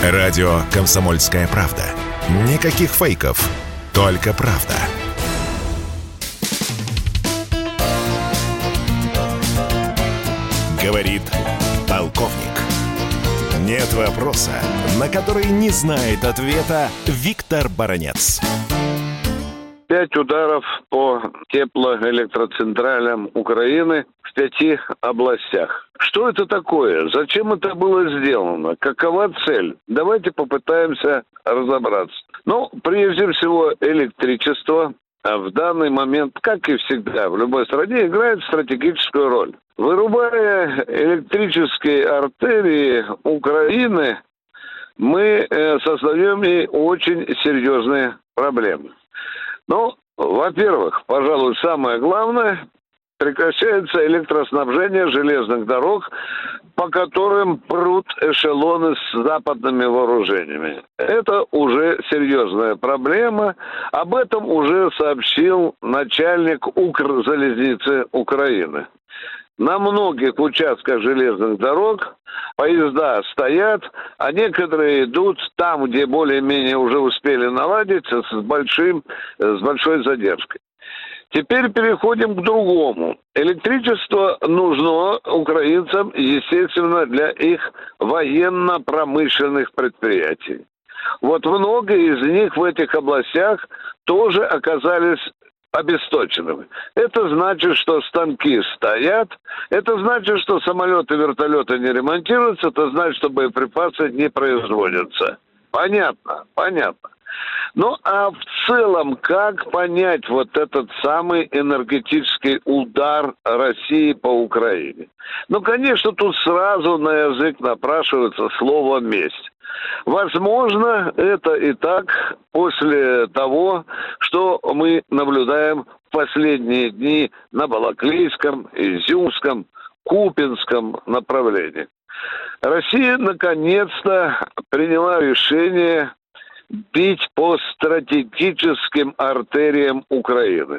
Радио «Комсомольская правда». Никаких фейков, только правда. Говорит полковник. Нет вопроса, на который не знает ответа Виктор Баранец. 5 ударов по теплоэлектроцентралям Украины в 5 областях. Что это такое? Зачем это было сделано? Какова цель? Давайте попытаемся разобраться. Прежде всего, электричество в данный момент, как и всегда в любой стране, играет стратегическую роль. Вырубая электрические артерии Украины, мы создаем ей очень серьезные проблемы. Во-первых, пожалуй, самое главное, прекращается электроснабжение железных дорог, по которым прут эшелоны с западными вооружениями. Это уже серьезная проблема. Об этом уже сообщил начальник Укрзалезницы Украины. На многих участках железных дорог поезда стоят, а некоторые идут там, где более-менее уже успели наладиться, с большой задержкой. Теперь переходим к другому. Электричество нужно украинцам, естественно, для их военно-промышленных предприятий. Многие из них в этих областях тоже оказались обесточенными. Это значит, что станки стоят, это значит, что самолеты, вертолеты не ремонтируются, это значит, что боеприпасы не производятся. Понятно. А в целом, как понять этот самый энергетический удар России по Украине? Конечно, тут сразу на язык напрашивается слово «месть». Возможно, это и так после того, что мы наблюдаем в последние дни на Балаклейском, Изюмском, Купянском направлении. Россия наконец-то приняла решение бить по стратегическим артериям Украины.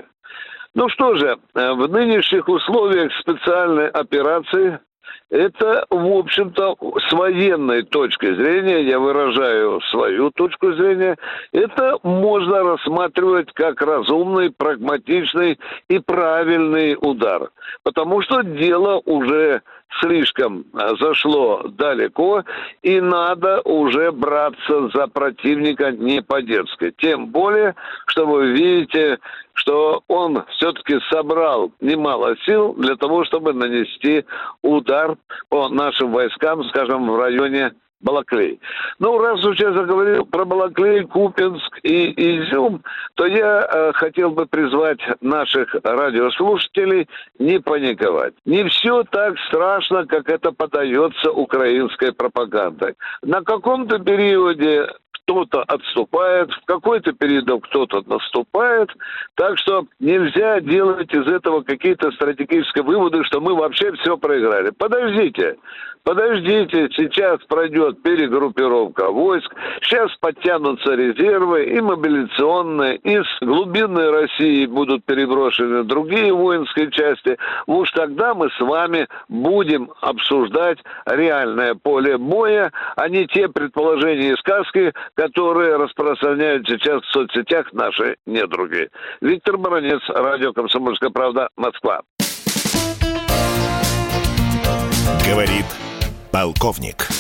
В нынешних условиях специальной операции это, в общем-то, с военной точки зрения, я выражаю свою точку зрения, это можно рассматривать как разумный, прагматичный и правильный удар. Потому что дело уже слишком зашло далеко, и надо уже браться за противника не по-детски. Тем более, что вы видите, что он все-таки собрал немало сил для того, чтобы нанести удар по нашим войскам, скажем, в районе Балаклей. Раз уж я заговорил про Балаклей, Купянск и Изюм, то я хотел бы призвать наших радиослушателей не паниковать. Не все так страшно, как это подается украинской пропагандой. На каком-то периоде кто-то отступает, в какой-то период кто-то наступает. Так что нельзя делать из этого какие-то стратегические выводы, что мы вообще все проиграли. Подождите, сейчас пройдет перегруппировка войск, сейчас подтянутся резервы и мобилизационные, из глубинной России будут переброшены другие воинские части. Уж тогда мы с вами будем обсуждать реальное поле боя, а не те предположения и сказки, которые распространяют сейчас в соцсетях наши недруги. Виктор Баранец, радио «Комсомольская правда», Москва. Говорит полковник.